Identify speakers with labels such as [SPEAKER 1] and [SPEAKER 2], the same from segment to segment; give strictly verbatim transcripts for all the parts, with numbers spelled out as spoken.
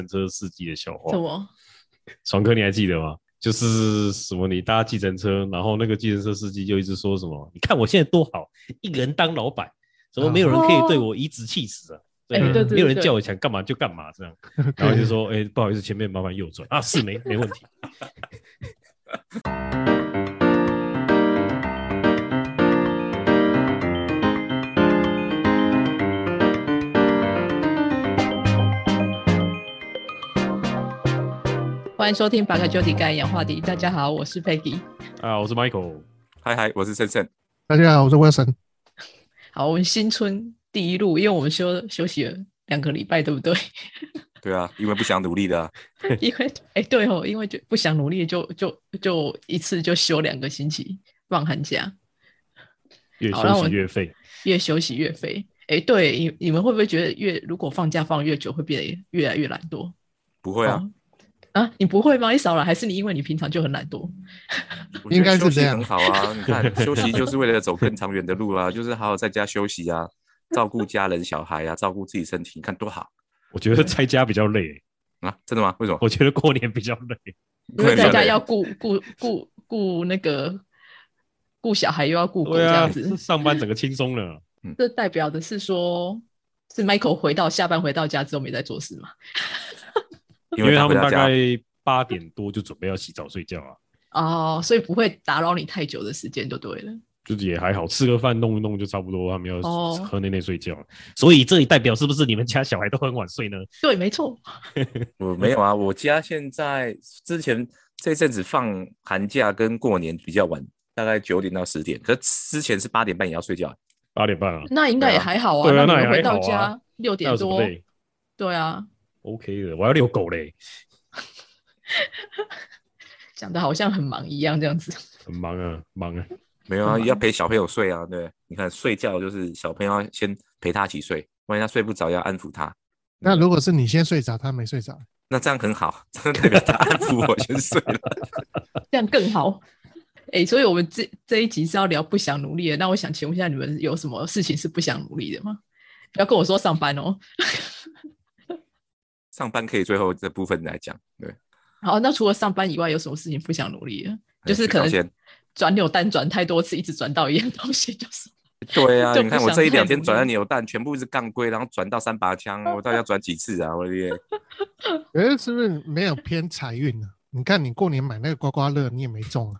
[SPEAKER 1] 车司机的笑话。
[SPEAKER 2] 什么？
[SPEAKER 1] 爽哥，你还记得吗？就是什么，你搭计程车，然后那个计程车司机就一直说什么，你看我现在多好，一个人当老板，怎么没有人可以对我颐指气使啊？对，
[SPEAKER 2] 哎、对对对，
[SPEAKER 1] 没有人叫我想干嘛就干嘛这样，然后就说，哎、欸，不好意思，前面麻烦右转啊，是没没问题。
[SPEAKER 2] 欢迎收听巴卡九体干氧话题。大家好，我是 Peggy。
[SPEAKER 1] 啊，我是 Michael。
[SPEAKER 3] 嗨嗨，我是森森。
[SPEAKER 4] 大家好，我是 Wilson。
[SPEAKER 2] 好，我们新春第一路，因为我们休休息了两个礼拜，对不对？
[SPEAKER 3] 对啊，因为不想努力的啊。
[SPEAKER 2] 因为哎、欸，对哦，因为就不想努力就，就就就一次就休两个星期放寒假。
[SPEAKER 1] 越休息越废，
[SPEAKER 2] 越休息越废。哎、欸，对，你你们会不会觉得越如果放假放越久，会变得越来越懒惰？
[SPEAKER 3] 不会啊。
[SPEAKER 2] 哦啊，你不会吗？你少了，还是你因为你平常就很懒惰？
[SPEAKER 4] 应该是这样。
[SPEAKER 3] 很好啊，你看休息就是为了走更长远的路啊，就是好好在家休息啊，照顾家人小孩啊，照顾自己身体，你看多好。
[SPEAKER 1] 我觉得在家比较累
[SPEAKER 3] 啊，真的吗？为什么？
[SPEAKER 1] 我觉得过年比较累，
[SPEAKER 2] 因为在家要顾顾顾顾那个顾小孩又要顾狗这样子，
[SPEAKER 1] 啊、上班整个轻松了。
[SPEAKER 2] 嗯、这代表的是说，是 Michael 回到下班回到家之后没在做事吗？
[SPEAKER 1] 因为他们大概八点多就准备要洗澡睡觉啊。
[SPEAKER 2] 哦，所以不会打扰你太久的时间就对了。
[SPEAKER 1] 就是也还好，吃个饭弄一弄就差不多，他们要喝内内睡觉、哦。所以这里代表是不是你们家小孩都很晚睡呢？
[SPEAKER 2] 对，没错。
[SPEAKER 3] 我没有啊，我家现在之前这阵子放寒假跟过年比较晚，大概九点到十点，可是之前是八点半也要睡觉。
[SPEAKER 1] 八点半啊？
[SPEAKER 2] 那应该也还好啊。
[SPEAKER 1] 对啊，
[SPEAKER 2] 那你回到家六点多。对啊。
[SPEAKER 1] OK 的，我要遛狗嘞。
[SPEAKER 2] 讲的好像很忙一样，这样子。
[SPEAKER 1] 很忙啊，忙啊。
[SPEAKER 3] 没有啊，要陪小朋友睡啊。对，你看睡觉就是小朋友要先陪他一起睡，万一他睡不着要安抚他。
[SPEAKER 4] 那如果是你先睡着，他没睡着，
[SPEAKER 3] 那这样很好，这代表他安抚我先睡了。
[SPEAKER 2] 这样更好。哎、欸，所以我们这这一集是要聊不想努力的。那我想请问一下，你们有什么事情是不想努力的吗？不要跟我说上班哦。
[SPEAKER 3] 上班可以最后这部分来讲，对。
[SPEAKER 2] 好，那除了上班以外，有什么事情不想努力的？就是可能转扭蛋转太多次，一直转到一样东西，就是。
[SPEAKER 3] 对啊，你看我这一两天转到扭蛋，全部是杠龟，然后转到三把枪，我到底要转几次啊？我的天！
[SPEAKER 4] 哎，是不是没有偏财运呢？你看你过年买那个刮刮乐，你也没中啊。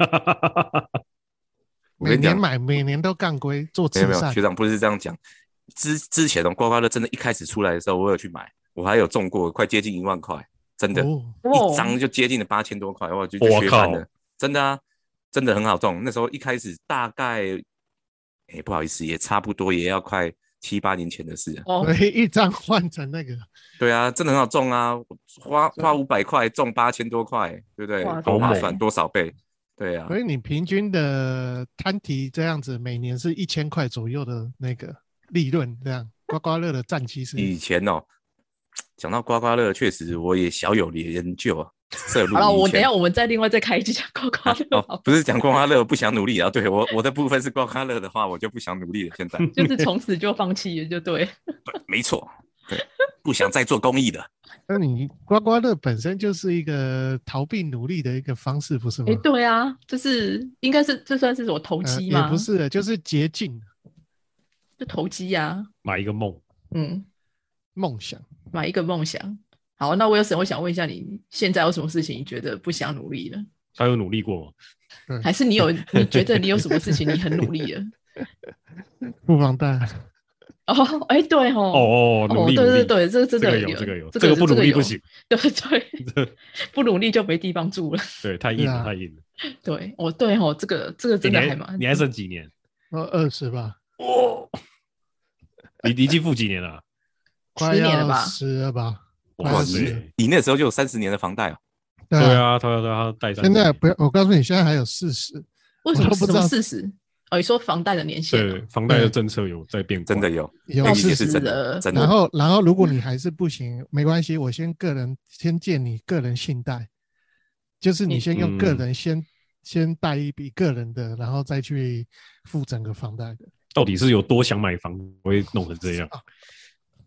[SPEAKER 4] 每年买，每年都杠龟做慈善。
[SPEAKER 3] 没有没有，学长不是这样讲。之之前的刮刮乐真的，一开始出来的时候，我有去买，我还有中过，快接近一万块，真的，哦、一张就接近了八千多块，我就学翻了，真的啊，真的很好中。那时候一开始大概，哎，不好意思，也差不多也要快七八年前的事了。
[SPEAKER 4] 哦，一张换成那个，
[SPEAKER 3] 对啊，真的很好中啊，花花五百块中八千多块，对不对？多划算，多少倍？对啊。
[SPEAKER 4] 所以你平均的摊提这样子，每年是一千块左右的那个利润，这样刮刮乐的占期是？
[SPEAKER 3] 以前哦，讲到刮刮乐，确实我也小有研究啊。
[SPEAKER 2] 好了，我等一下我们再另外再开一集讲刮刮乐、啊
[SPEAKER 3] 哦。不是讲刮刮乐不想努力啊，对我我的部分是刮刮乐的话，我就不想努力了。现在
[SPEAKER 2] 就是从此就放弃了，就对。
[SPEAKER 3] 对，没错，对，不想再做公益了。
[SPEAKER 4] 那你刮刮乐本身就是一个逃避努力的一个方式，不是吗？
[SPEAKER 2] 哎，对啊，就是应该是这算是我投机吗、
[SPEAKER 4] 呃？也不是，就是捷径，
[SPEAKER 2] 就投机啊，
[SPEAKER 1] 买一个梦，
[SPEAKER 2] 嗯，
[SPEAKER 4] 梦想，
[SPEAKER 2] 买一个梦想。好，那Wilson，我想问一下，你现在有什么事情你觉得不想努力了？
[SPEAKER 1] 他有努力过
[SPEAKER 2] 吗？还是你有你觉得你有什么事情你很努力了？
[SPEAKER 4] 付房贷。
[SPEAKER 2] 哦，哎，对哦，
[SPEAKER 1] 哦哦，努力，
[SPEAKER 2] 对对对，这个真的
[SPEAKER 1] 有，这个有，
[SPEAKER 2] 这
[SPEAKER 1] 个有，这个不努力不行。
[SPEAKER 2] 对对，不努力就没地方住了。
[SPEAKER 1] 对，太硬了，太硬了。
[SPEAKER 2] 对，哦对哦，这个这个真的还蛮……
[SPEAKER 1] 你还剩几年？
[SPEAKER 4] 哦，二十吧。
[SPEAKER 1] 哦，你离季付几年了？
[SPEAKER 2] 十年了吧？
[SPEAKER 4] 十了吧？
[SPEAKER 3] 哇，你你那时候就有三十年的房贷哦。
[SPEAKER 1] 对啊，他他贷。
[SPEAKER 4] 现在不要，我告诉你，现在还有四十。
[SPEAKER 2] 为什么不知道四十？哦，你说房贷的年限、哦？
[SPEAKER 1] 对，房贷的政策有在变，
[SPEAKER 3] 真的有，
[SPEAKER 4] 有
[SPEAKER 3] 四十的。
[SPEAKER 4] 然后，然后如果你还是不行，没关系，我先个人先借你个人信贷，就是你先用个人先、嗯、先贷一笔个人的，然后再去付整个房贷的。
[SPEAKER 1] 到底是有多想买房，会弄成这样？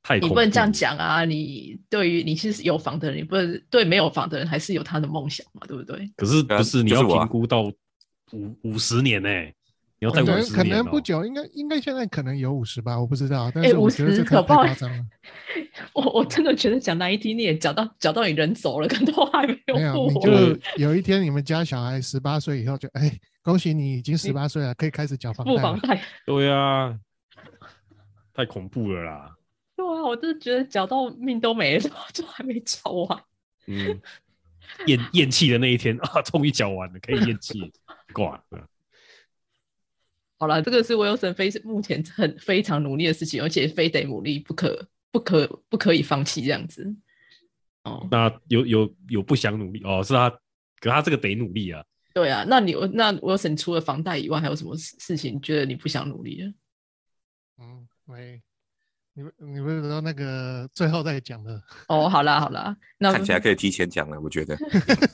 [SPEAKER 1] 太恐怖了，
[SPEAKER 2] 你不能这样讲啊！你对于你是有房的人，你不能对没有房的人还是有他的梦想嘛，对不对？
[SPEAKER 1] 可是不是你要
[SPEAKER 3] 就是我啊
[SPEAKER 1] 评估到五五十年呢、欸？你要在
[SPEAKER 4] 可能可
[SPEAKER 1] 五十年、哦、
[SPEAKER 4] 能不久，应该应该现在可能有五十吧，我不知道，但
[SPEAKER 2] 哎，
[SPEAKER 4] 是我
[SPEAKER 2] 五
[SPEAKER 4] 觉得这太太
[SPEAKER 2] 十可不好
[SPEAKER 4] 夸张了。
[SPEAKER 2] 我我真的觉得讲那一天你也讲到讲到你人走了，可能都还没有
[SPEAKER 4] 没有，
[SPEAKER 2] 复活。
[SPEAKER 4] 你就有一天你们家小孩十八岁以后就，哎，恭喜你已经十八岁了，可以开始缴房贷了。
[SPEAKER 2] 付房贷。
[SPEAKER 1] 对啊，太恐怖了啦。
[SPEAKER 2] 对啊，我真的觉得缴到命都没了，就还没缴完。
[SPEAKER 1] 嗯，咽咽气的那一天啊，终于缴完了，可以咽气挂。
[SPEAKER 2] 好了，这个是 Wilson 非目前很非常努力的事情，而且非得努力不可，不可不可以放弃这样子。哦，
[SPEAKER 1] 那有有有不想努力哦，是他，可他这个得努力啊。
[SPEAKER 2] 对啊，那你那 Wilson 除了房贷以外，还有什么事情你觉得你不想努力的？
[SPEAKER 4] 嗯，喂，你你不是说那个最后再讲的？
[SPEAKER 2] 哦，好啦好啦，那
[SPEAKER 3] 看起来可以提前讲了，我觉得。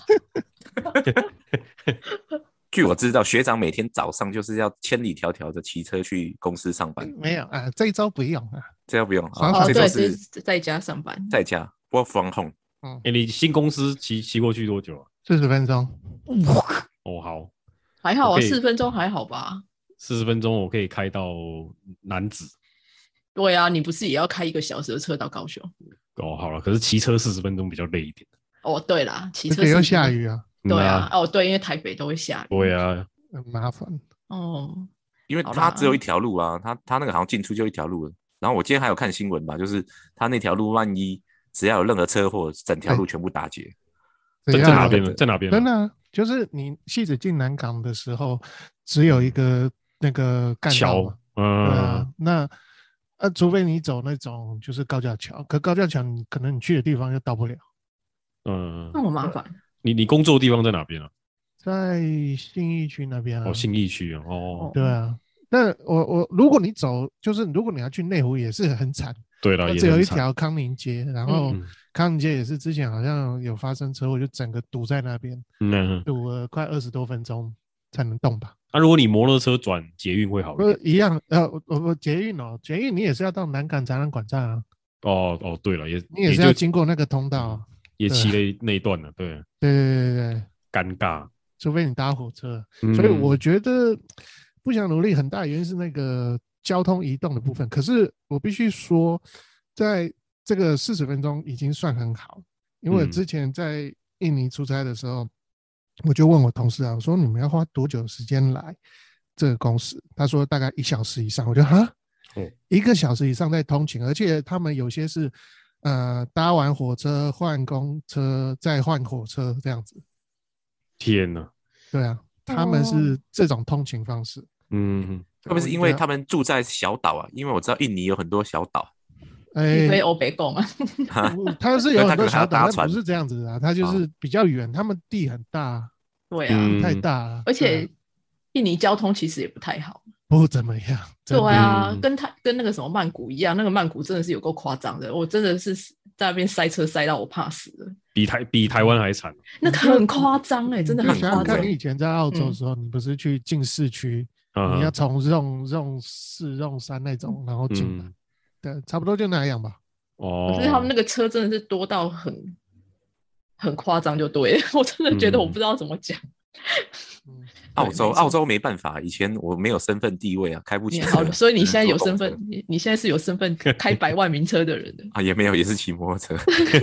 [SPEAKER 3] 据我知道，学长每天早上就是要千里迢迢的骑车去公司上班。
[SPEAKER 4] 没有啊，这一周不用啊，
[SPEAKER 3] 这要不用
[SPEAKER 4] 哦
[SPEAKER 3] 啊，这
[SPEAKER 2] 对，
[SPEAKER 3] 就是
[SPEAKER 2] 在家上班，
[SPEAKER 3] 在家 work from home。
[SPEAKER 4] 嗯，
[SPEAKER 1] 哎、欸，你新公司骑骑过去多久啊？
[SPEAKER 4] 四十分钟。
[SPEAKER 1] 哦，好，
[SPEAKER 2] 还好啊，四分钟还好吧？
[SPEAKER 1] 四十分钟我可以开到楠梓。
[SPEAKER 2] 对啊，你不是也要开一个小时的车到高雄？
[SPEAKER 1] 哦，好了，可是骑车四十分钟比较累一点。
[SPEAKER 2] 哦，对啦，骑车
[SPEAKER 4] 又下雨啊。
[SPEAKER 2] 对啊，嗯、哦对，因为台北都会下雨。
[SPEAKER 1] 对啊，
[SPEAKER 4] 很麻烦。
[SPEAKER 2] 哦，
[SPEAKER 3] 因为它只有一条路啊，它它那个好像进出就一条路了。然后我今天还有看新闻吧，就是它那条路万一只要有任何车祸，整条路全部打结。
[SPEAKER 1] 在在哪边呢？在哪边？
[SPEAKER 4] 真的、啊，就是你汐止进南港的时候，只有一个那个干道嘛。嗯，对啊，那呃，除非你走那种就是高架桥，可高架桥你可能你去的地方又到不了。
[SPEAKER 1] 嗯，
[SPEAKER 2] 那么麻烦。
[SPEAKER 1] 你你工作的地方在哪边啊？
[SPEAKER 4] 在信义区那边啊。
[SPEAKER 1] 哦，信义区啊。哦，
[SPEAKER 4] 对啊。那我我如果你走，就是如果你要去内湖也是很惨。
[SPEAKER 1] 对了，
[SPEAKER 4] 只有一条康宁街，然后
[SPEAKER 1] 嗯
[SPEAKER 4] 康宁街也是之前好像有发生车祸，就整个堵在那边，
[SPEAKER 1] 嗯，
[SPEAKER 4] 堵了快二十多分钟才能动吧。
[SPEAKER 1] 那、啊、如果你摩托车转捷运会好一点？
[SPEAKER 4] 一样，呃，我我捷运哦，捷运你也是要到南港展览馆站啊。
[SPEAKER 1] 哦哦，对了，也
[SPEAKER 4] 你也是要经过那个通道、啊，
[SPEAKER 1] 也骑了那一段了，对
[SPEAKER 4] 对对对对，
[SPEAKER 1] 尴尬，
[SPEAKER 4] 除非你搭火车。
[SPEAKER 1] 嗯、
[SPEAKER 4] 所以我觉得不想努力很大原因是那个交通移动的部分。可是我必须说，在这个四十分钟已经算很好，因为之前在印尼出差的时候，我就问我同事啊，我说你们要花多久时间来这个公司？他说大概一小时以上。我就哈，哦、一个小时以上在通勤，而且他们有些是呃搭完火车换公车再换火车这样子。
[SPEAKER 1] 天哪！
[SPEAKER 4] 对啊，他们是这种通勤方式。
[SPEAKER 1] 嗯，
[SPEAKER 3] 会不会是因为他们住在小岛啊？因为我知道印尼有很多小岛。
[SPEAKER 2] 哎，所以欧北贡啊，
[SPEAKER 4] 他是有很多小岛，但不是这样子的啊，他就是比较远，他们地很大，
[SPEAKER 2] 对啊，
[SPEAKER 4] 太大了，
[SPEAKER 2] 而且印尼交通其实也不太好，
[SPEAKER 4] 不怎么样。
[SPEAKER 2] 对啊，跟他跟那个什么曼谷一样，那个曼谷真的是有够夸张的，我真的是在那边塞车塞到我怕死了，
[SPEAKER 1] 比台比台湾还惨，
[SPEAKER 2] 那个很夸张哎，真的很夸张。
[SPEAKER 4] 你以前在澳洲的时候，你不是去进市区，你要从用用四用三那种，然后进来。对，差不多就那样吧。
[SPEAKER 1] 哦，
[SPEAKER 2] 可是他们那个车真的是多到很很夸张，就对了。我真的觉得我不知道怎么讲。
[SPEAKER 3] 嗯、澳洲澳洲没办法，以前我没有身份地位啊，开不起车。
[SPEAKER 2] 好，所以你现在有身份，你你现在是有身份开百万名车的人的
[SPEAKER 3] 啊？也没有，也是骑摩托车。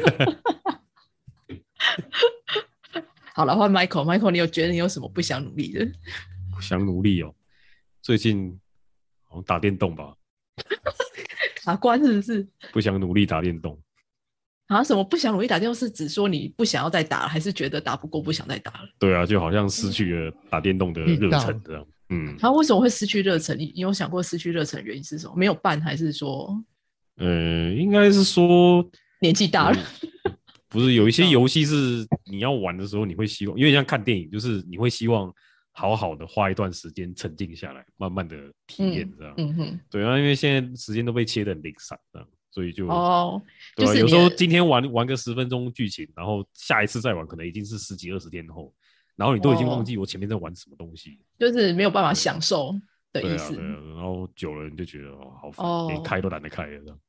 [SPEAKER 2] 好了，换 Michael，Michael， 你有觉得你有什么不想努力的？
[SPEAKER 1] 不想努力哦，最近好像打电动吧。
[SPEAKER 2] 卡关是不是？
[SPEAKER 1] 不想努力打电动
[SPEAKER 2] 啊？什么不想努力打电动？是指说你不想要再打了，还是觉得打不过不想再打了？
[SPEAKER 1] 对啊，就好像失去了打电动的热忱这样。嗯，
[SPEAKER 2] 他、啊、为什么会失去热忱？你你有想过失去热忱的原因是什么？没有办，还是说？
[SPEAKER 1] 呃，应该是说
[SPEAKER 2] 年纪大了、
[SPEAKER 1] 嗯。不是，有一些游戏是你要玩的时候，你会希望，因为像看电影，就是你会希望好好的花一段时间沉静下来，慢慢的体验这样。
[SPEAKER 2] 嗯哼，
[SPEAKER 1] 对啊，因为现在时间都被切得很零散这样，所以就
[SPEAKER 2] 哦，
[SPEAKER 1] 对啊，
[SPEAKER 2] 就是、
[SPEAKER 1] 有时候今天玩玩个十分钟剧情，然后下一次再玩可能已经是十几二十天后，然后你都已经忘记我前面在玩什么东西，
[SPEAKER 2] 就是没有办法享受的意思。
[SPEAKER 1] 对啊，对啊，然后久了你就觉得哦好烦，
[SPEAKER 2] 哦、
[SPEAKER 1] 连开都懒得开了这样。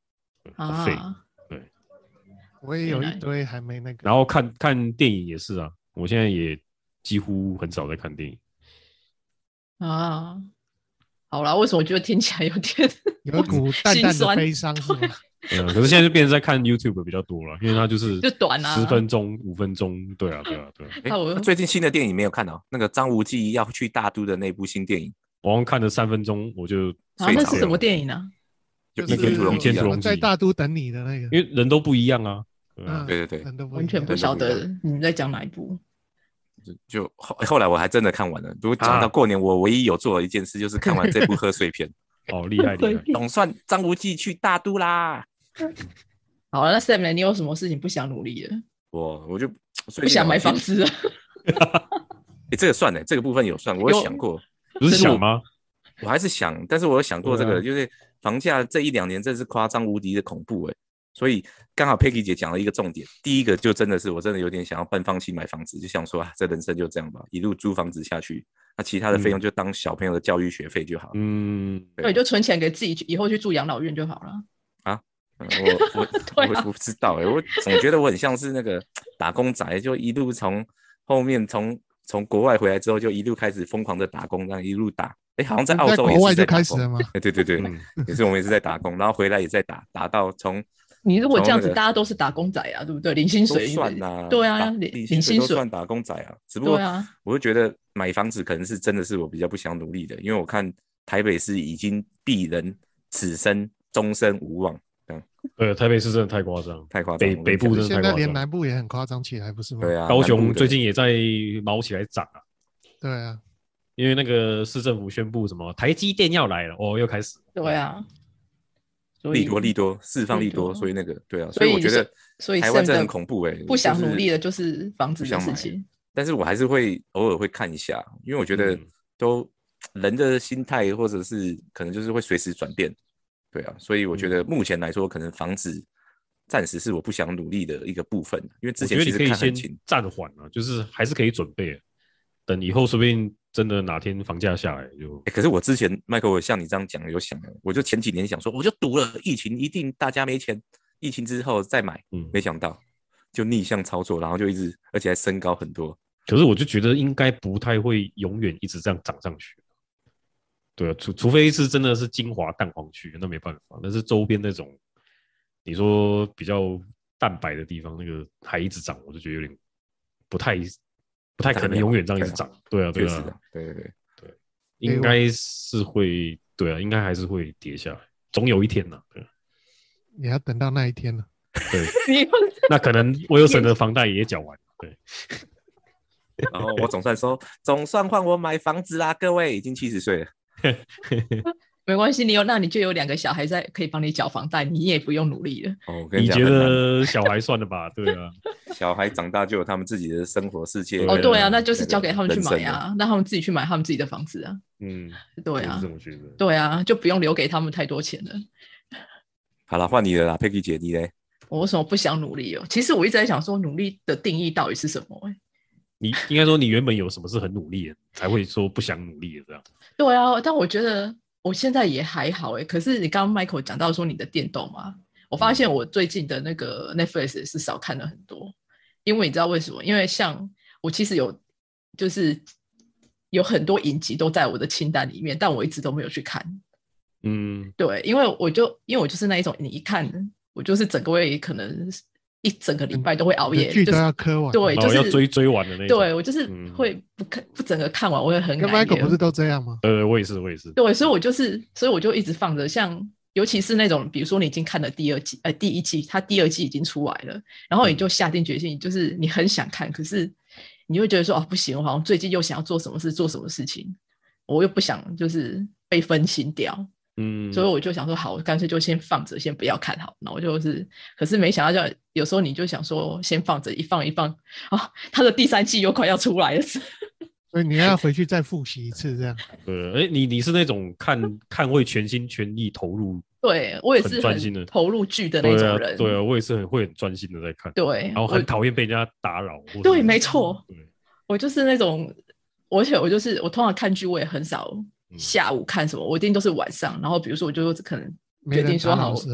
[SPEAKER 1] 好废。
[SPEAKER 2] 啊，
[SPEAKER 1] 对，
[SPEAKER 4] 我也有一堆还没那个。
[SPEAKER 1] 然后看看电影也是啊，我现在也几乎很少在看电影
[SPEAKER 2] 啊。好啦，为什么我觉得听起来有点
[SPEAKER 4] 有一股淡淡的悲伤是吗？
[SPEAKER 1] 嗯，可是现在就变成在看 YouTube 比较多了，因为它就是
[SPEAKER 2] 就短啊，
[SPEAKER 1] 十分钟、五分钟，对啊，对啊，对啊。
[SPEAKER 3] 哎、欸，最近新的电影没有看到，那个张无忌要去大都的那部新电影，
[SPEAKER 1] 我刚看了三分钟，我就
[SPEAKER 2] 啊，那是什么电影呢？
[SPEAKER 3] 就《倚天屠龙记》啊，
[SPEAKER 4] 在大都等你的那个，
[SPEAKER 1] 因为人都不一样啊。
[SPEAKER 4] 嗯，
[SPEAKER 3] 对对对，
[SPEAKER 2] 完全不晓得你们在讲哪一部。
[SPEAKER 3] 就后后来我还真的看完了。如果讲到过年，我唯一有做的一件事就是看完这部贺岁片。
[SPEAKER 1] 哦，厉害厉害！
[SPEAKER 3] 总算张无忌去大都啦。
[SPEAKER 2] 好了，那 Sam 呢？你有什么事情不想努力的？
[SPEAKER 3] 我我就
[SPEAKER 2] 不想买房子了。
[SPEAKER 3] 哎、欸，这个算了，这个部分有算，我有想过。
[SPEAKER 1] 不是想吗？
[SPEAKER 3] 我还是想，但是我有想过这个，啊、就是房价这一两年真是夸张无敌的恐怖哎、欸。所以刚好 Peggy 姐讲了一个重点，第一个就真的是我真的有点想要半放弃买房子，就想说啊，这人生就这样吧，一路租房子下去，那其他的费用就当小朋友的教育学费就好。
[SPEAKER 1] 嗯，
[SPEAKER 2] 对，就存钱给自己，以后去住养老院就好了。
[SPEAKER 3] 啊，嗯、我我、啊、我我不知道哎、欸，我总觉得我很像是那个打工仔，就一路从后面从从国外回来之后，就一路开始疯狂的打工，这样一路打。哎、欸，好像在澳洲也是在打工，
[SPEAKER 4] 在国外就开始了吗？
[SPEAKER 3] 哎、欸，对对对，嗯、也是我们也是在打工，然后回来也在打，打到从。
[SPEAKER 2] 你如果这样子，大家都是打工仔啊，对不对？领薪水
[SPEAKER 3] 都算啊，
[SPEAKER 2] 对啊，领
[SPEAKER 3] 薪水都算打工仔啊。只不过，我就觉得买房子可能是真的是我比较不想努力的，因为我看台北市已经鄙人此生终身无望。
[SPEAKER 1] 对，台北市真的太夸张，
[SPEAKER 3] 太夸张。
[SPEAKER 1] 北北部真的太夸张，
[SPEAKER 4] 现在连南部也很夸张起来，不是吗？
[SPEAKER 3] 对啊，
[SPEAKER 1] 高雄最近也在毛起来涨啊。
[SPEAKER 4] 对啊，
[SPEAKER 1] 因为那个市政府宣布什么台积电要来了，哦，又开始。
[SPEAKER 2] 对啊。
[SPEAKER 3] 利多利多释放利多，所以那个对啊，所以我觉得台湾真的很恐怖哎、欸，
[SPEAKER 2] 不想努力的就是房子的事情。
[SPEAKER 3] 但是我还是会偶尔会看一下，因为我觉得都、嗯、人的心态或者是可能就是会随时转变，对啊，所以我觉得目前来说，可能房子暂时是我不想努力的一个部分，因为之前其实看很紧，
[SPEAKER 1] 暂缓啊，就是还是可以准备，等以后说不定真的哪天房价下来就、
[SPEAKER 3] 欸。可是我之前 Michael 像你这样讲有想，我就前几年想说，我就赌了疫情一定大家没钱，疫情之后再买，嗯，没想到就逆向操作，然后就一直而且还升高很多。
[SPEAKER 1] 可是我就觉得应该不太会永远一直这样涨上去。对啊，除除非是真的是精华蛋黄区，那没办法。但是周边那种你说比较蛋白的地方，那个还一直涨，我就觉得有点不太不太可能永远这样一直涨。对啊，对啊，
[SPEAKER 3] 对对对
[SPEAKER 1] 对，应该是会，对啊，应该还是会跌下来，总有一天呐、啊。对，
[SPEAKER 4] 也要等到那一天了。
[SPEAKER 1] 对，那可能我有省的房贷也缴完。对。
[SPEAKER 3] 然后我总算说，总算换我买房子啦！各位已经七十岁了，
[SPEAKER 2] 没关系，你有那你就有两个小孩在可以帮你缴房贷，你也不用努力了。
[SPEAKER 3] 哦，我跟
[SPEAKER 1] 你
[SPEAKER 3] 讲，
[SPEAKER 1] 觉得小孩算了吧？对啊，
[SPEAKER 3] 小孩长大就有他们自己的生活世界。
[SPEAKER 2] 哦，对啊，那就是交给他们去买啊，让他们自己去买他们自己的房子啊。
[SPEAKER 1] 嗯，
[SPEAKER 2] 对啊，
[SPEAKER 1] 我是这么觉得。
[SPEAKER 2] 对啊，就不用留给他们太多钱了。
[SPEAKER 3] 好了，换你了啦 ，Peggy 姐，你嘞？
[SPEAKER 2] 我为什么不想努力哦？其实我一直在想说，努力的定义到底是什么、欸？
[SPEAKER 1] 你应该说你原本有什么是很努力的，才会说不想努力的这样。
[SPEAKER 2] 对啊，但我觉得我现在也还好哎、欸。可是你刚刚 Michael 讲到说你的电动嘛，我发现我最近的那个 Netflix 是少看了很多，因为你知道为什么？因为像我其实有就是有很多影集都在我的清单里面，但我一直都没有去看。
[SPEAKER 1] 嗯，
[SPEAKER 2] 对，因为我就因为我就是那一种，你一看我就是整个月可能。一整个礼拜都会熬夜，
[SPEAKER 4] 剧都要磕完，
[SPEAKER 2] 对，就是
[SPEAKER 1] 要追追完的那种。
[SPEAKER 2] 对我就是会不看、嗯、不整个看完，我会很
[SPEAKER 4] 跟 Michael 不是都这样吗？
[SPEAKER 1] 呃，我也是，我也是。
[SPEAKER 2] 对，所以我就是，所以我就一直放着，像尤其是那种，比如说你已经看了第二季，呃，第一季，它第二季已经出来了，然后你就下定决心，就是你很想看，可是你会觉得说，哦，不行，我好像最近又想要做什么事，做什么事情，我又不想就是被分心掉。嗯，所以我就想说，好，干脆就先放着，先不要看好。然后就是，可是没想到，就有时候你就想说，先放着，一放一放，啊，他的第三季又快要出来了，
[SPEAKER 4] 所以你要回去再复习一次，这样。
[SPEAKER 1] 对，哎，你你是那种看看会全心全意投入，
[SPEAKER 2] 对我也是
[SPEAKER 1] 专心的
[SPEAKER 2] 投入剧的那种人。
[SPEAKER 1] 对啊，对啊，我也是很会很专心的在看。
[SPEAKER 2] 对，
[SPEAKER 1] 然后很讨厌被人家打扰。
[SPEAKER 2] 对，没错。对，我就是那种，而且我就是我通常看剧，我也很少。下午看什么，我一定都是晚上。然后比如说，我就可能决定说好，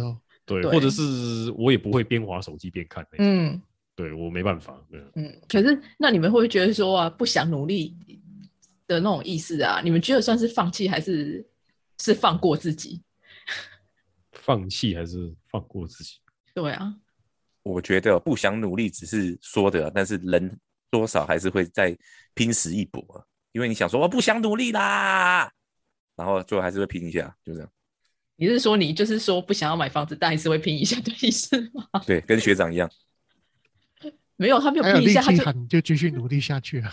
[SPEAKER 1] 对，
[SPEAKER 2] 对
[SPEAKER 1] 或者是我也不会边滑手机边看那种。
[SPEAKER 2] 嗯，
[SPEAKER 1] 对我没办法。对，
[SPEAKER 2] 嗯，可是那你们会不会觉得说啊，不想努力的那种意思啊？你们觉得算是放弃还是是放过自己？
[SPEAKER 1] 放弃还是放过自己？
[SPEAKER 2] 对啊，
[SPEAKER 3] 我觉得不想努力只是说的，但是人多少还是会再拼死一搏，因为你想说我不想努力啦，然后最后还是会拼一下，就这样。
[SPEAKER 2] 你是说你就是说不想要买房子，但还是会拼一下的意思吗？
[SPEAKER 3] 对，跟学长一样。
[SPEAKER 2] 没有，他没有
[SPEAKER 4] 还有力
[SPEAKER 2] 拼一下，他就
[SPEAKER 4] 气喊就继续努力下去啊。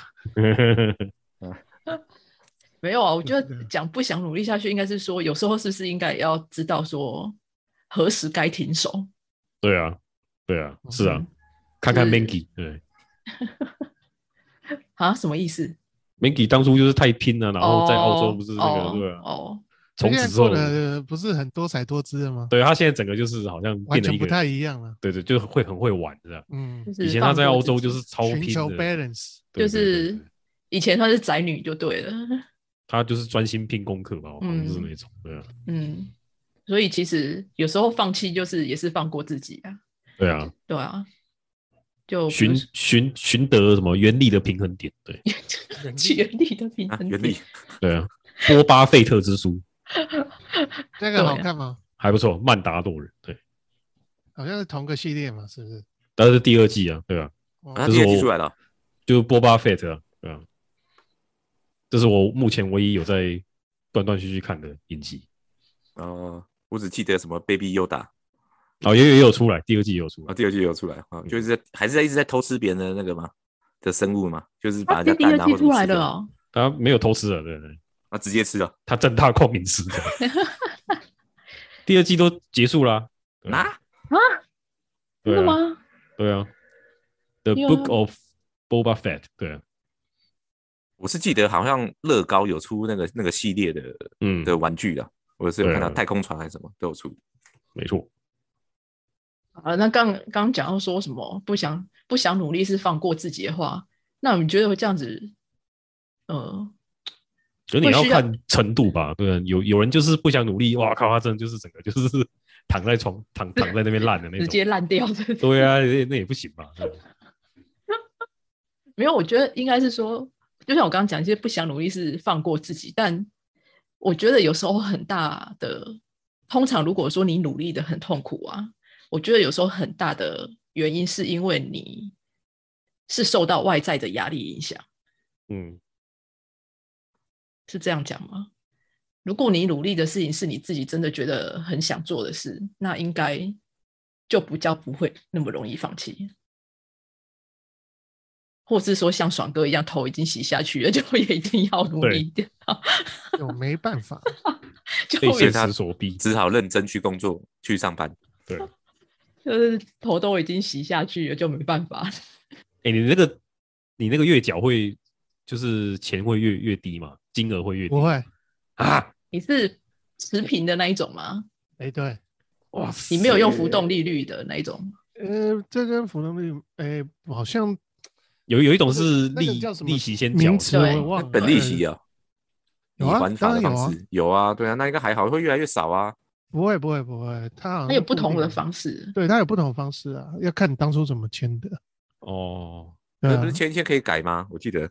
[SPEAKER 2] 没有啊。我觉得讲不想努力下去，应该是说有时候是不是应该也要知道说何时该停手？
[SPEAKER 1] 对啊，对啊，是啊，
[SPEAKER 2] 嗯、
[SPEAKER 1] 看看
[SPEAKER 2] 是
[SPEAKER 1] Manky， 对
[SPEAKER 2] 啊，什么意思？
[SPEAKER 1] ，Manky 当初就是太拼了，然后在澳洲不是那个、
[SPEAKER 2] 哦、
[SPEAKER 1] 对啊，
[SPEAKER 2] 哦，
[SPEAKER 1] 从此之后
[SPEAKER 4] 不是很多彩多姿的吗？
[SPEAKER 1] 对他现在整个就是好像变得一个
[SPEAKER 4] 完全不太一样了。
[SPEAKER 1] 对对，就会很会玩这样。
[SPEAKER 4] 嗯，
[SPEAKER 2] 就是
[SPEAKER 1] 以前他在澳洲
[SPEAKER 2] 放过自己
[SPEAKER 1] 就是超拼的，
[SPEAKER 4] 寻求 balance，
[SPEAKER 1] 对对对对
[SPEAKER 2] 就是以前她是宅女就对了。
[SPEAKER 1] 他就是专心拼功课吧，好像是那种，对啊，
[SPEAKER 2] 嗯，所以其实有时候放弃就是也是放过自己啊。
[SPEAKER 1] 对啊，
[SPEAKER 2] 对啊，就
[SPEAKER 1] 寻寻寻得什么原力的平衡点，对，
[SPEAKER 2] 原力的平衡点，
[SPEAKER 3] 啊、原力，
[SPEAKER 1] 对啊，波巴费特之书，
[SPEAKER 4] 那个好看吗？
[SPEAKER 1] 还不错，曼达洛人，对，
[SPEAKER 4] 好像是同个系列嘛，是不是？
[SPEAKER 1] 但是第二季啊，对啊，
[SPEAKER 3] 啊，第二季出来了，
[SPEAKER 1] 就是波巴费特啊，对啊，这是我目前唯一有在断断续续看的影集。
[SPEAKER 3] 哦、呃，我只记得什么 Baby Yoda。
[SPEAKER 1] 哦，也有也有出来，第二季也有出来，
[SPEAKER 3] 啊，第二季也有出来啊、嗯，就是在还是在一直在偷吃别人的那个嘛的生物嘛，就是把人家蛋啊或者
[SPEAKER 2] 出来了哦，
[SPEAKER 1] 他没有偷吃了，对对，
[SPEAKER 3] 啊，直接吃了，
[SPEAKER 1] 他正大光明吃的。第二季都结束啦，
[SPEAKER 3] 啊
[SPEAKER 2] 啊，真的吗？
[SPEAKER 1] 对啊 ，The Book of Boba Fett， 对啊，
[SPEAKER 3] 我是记得好像乐高有出那个那个系列的嗯的玩具的，我是有看到太空船还是什么都有出，
[SPEAKER 1] 没错。
[SPEAKER 2] 啊，那刚刚讲到说什么不想不想努力是放过自己的话，那你觉得这样子，呃，
[SPEAKER 1] 可你要看程度吧，对、啊，有有人就是不想努力，哇靠，他真的就是整个就是躺在床躺躺在那边烂的那种，
[SPEAKER 2] 直接烂掉的。
[SPEAKER 1] 对啊，那也不行吧？
[SPEAKER 2] 没有，我觉得应该是说，就像我刚刚讲，其实不想努力是放过自己，但我觉得有时候很大的，通常如果说你努力的很痛苦啊。我觉得有时候很大的原因是因为你是受到外在的压力影响，
[SPEAKER 1] 嗯，
[SPEAKER 2] 是这样讲吗？如果你努力的事情是你自己真的觉得很想做的事，那应该就不叫不会那么容易放弃，或是说像爽哥一样头已经洗下去了，就也一定要努力一点。
[SPEAKER 4] 我没办法，
[SPEAKER 1] 被现实所逼，
[SPEAKER 3] 只好认真去工作去上班。
[SPEAKER 1] 对。
[SPEAKER 2] 就是头都已经洗下去了，就没办法。
[SPEAKER 1] 哎、欸，你那个你那个月缴会就是钱会越越低吗？金额会越低？
[SPEAKER 4] 不会
[SPEAKER 1] 啊？
[SPEAKER 2] 你是持平的那一种吗？
[SPEAKER 4] 哎、欸，对，
[SPEAKER 2] 哇，你没有用浮动利率的那一种？
[SPEAKER 4] 呃，这跟浮动利率，哎、欸，好像
[SPEAKER 1] 有有一种是利、
[SPEAKER 4] 那個、
[SPEAKER 1] 利息先缴，
[SPEAKER 4] 名词我忘了，
[SPEAKER 3] 本利息啊，
[SPEAKER 4] 有啊，
[SPEAKER 3] 还法的方式 有,、啊、有啊，对啊，那应该还好，会越来越少啊。
[SPEAKER 4] 不会不会不会，它
[SPEAKER 2] 它有不同的方式，
[SPEAKER 4] 对，它有不同的方式啊，要看你当初怎么签的。
[SPEAKER 1] 哦，
[SPEAKER 3] 那、啊、不是签一签可以改吗？我记得，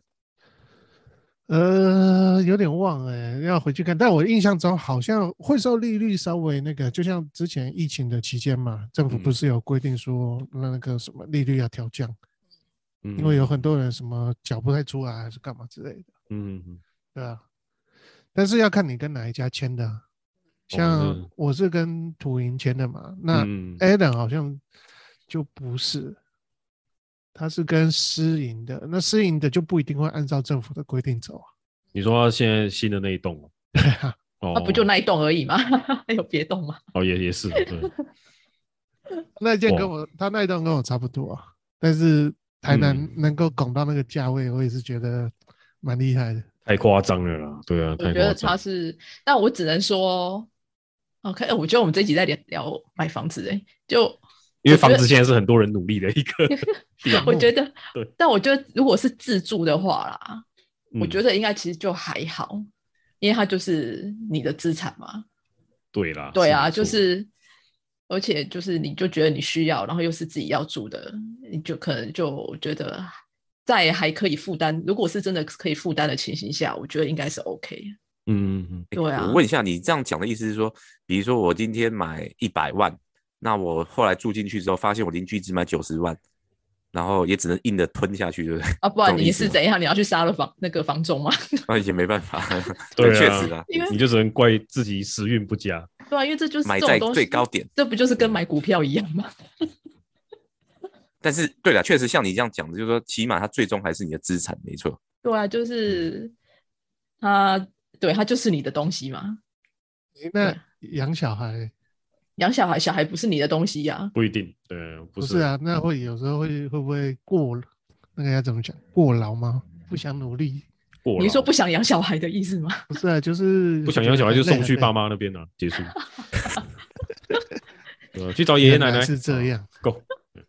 [SPEAKER 4] 呃，有点忘哎、欸，要回去看。但我印象中好像会受利率稍微那个，就像之前疫情的期间嘛，政府不是有规定说那个什么利率要调降，嗯，因为有很多人什么缴不太出来还是干嘛之类的，
[SPEAKER 1] 嗯嗯，
[SPEAKER 4] 对啊。但是要看你跟哪一家签的、啊。像我是跟土银签的嘛，那 Adam 好像就不是，他是跟私营的，那私营的就不一定会按照政府的规定走啊。
[SPEAKER 1] 你说他现在新的那一栋，
[SPEAKER 4] 对啊，
[SPEAKER 2] 哦，不就那一栋而已吗？还有别栋吗？
[SPEAKER 1] 哦，也也是，对，
[SPEAKER 4] 那一件跟我他那一栋跟我差不多啊，但是台南能够拱到那个价位，我也是觉得蛮厉害的。
[SPEAKER 1] 太夸张了啦，对啊，
[SPEAKER 2] 我觉得他是，但我只能说。OK， 我觉得我们这一集在聊聊买房子哎、欸，就
[SPEAKER 1] 因为房子现在是很多人努力的一个
[SPEAKER 2] 我觉得，对，但我觉得如果是自住的话啦，嗯、我觉得应该其实就还好，因为它就是你的资产嘛。
[SPEAKER 1] 对啦，
[SPEAKER 2] 对啊，就是而且就是你就觉得你需要，然后又是自己要住的，你就可能就觉得在还可以负担，如果是真的可以负担的情形下，我觉得应该是 OK。
[SPEAKER 1] 嗯嗯，
[SPEAKER 2] 对啊。
[SPEAKER 3] 我问一下，你这样讲的意思是说，比如说我今天买一百万，那我后来住进去之后，发现我邻居只买九十万，然后也只能硬的吞下去，对不对？
[SPEAKER 2] 啊，不然你是怎样？你要去杀了房那个房仲吗？
[SPEAKER 3] 啊，也没办法。
[SPEAKER 1] 对，
[SPEAKER 3] 确实啊，
[SPEAKER 1] 你就只能怪自己时运不佳。
[SPEAKER 2] 对啊，因为这就是
[SPEAKER 3] 买在最高点，
[SPEAKER 2] 这不就是跟买股票一样吗？
[SPEAKER 3] 但是对了，确实像你这样讲的，就是说，起码它最终还是你的资产，没错。
[SPEAKER 2] 对啊，就是它，对，它就是你的东西嘛。
[SPEAKER 4] 那养小孩，
[SPEAKER 2] 养小孩，小孩不是你的东西呀、啊，
[SPEAKER 1] 不一定，对，不 是,
[SPEAKER 4] 不是啊，那会有时候会会不会过那个要怎么讲？过劳吗？不想努力。
[SPEAKER 2] 你说不想养小孩的意思吗？
[SPEAKER 4] 不是啊，就是
[SPEAKER 1] 不想养小孩就送去爸妈那边啊，结束。呃，去找爷爷奶奶
[SPEAKER 4] 是这样。
[SPEAKER 1] Go。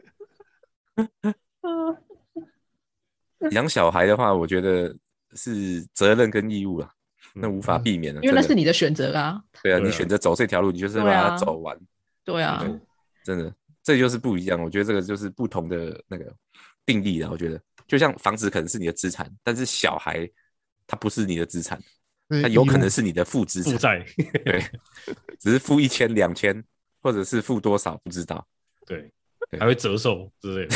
[SPEAKER 3] 养小孩的话，我觉得是责任跟义务啊，那无法避免的，
[SPEAKER 2] 因为那是你的选择啊。
[SPEAKER 3] 对啊，你选择走这条路，你就是把它走完。
[SPEAKER 2] 对啊，
[SPEAKER 3] 对，真的，这就是不一样。我觉得这个就是不同的那个定义了。我觉得，就像房子可能是你的资产，但是小孩他不是你的资产，他有可能是你的负资产。
[SPEAKER 1] 负债，
[SPEAKER 3] 对，只是负一千、两千，或者是负多少不知道。
[SPEAKER 1] 对，还会折寿之类的。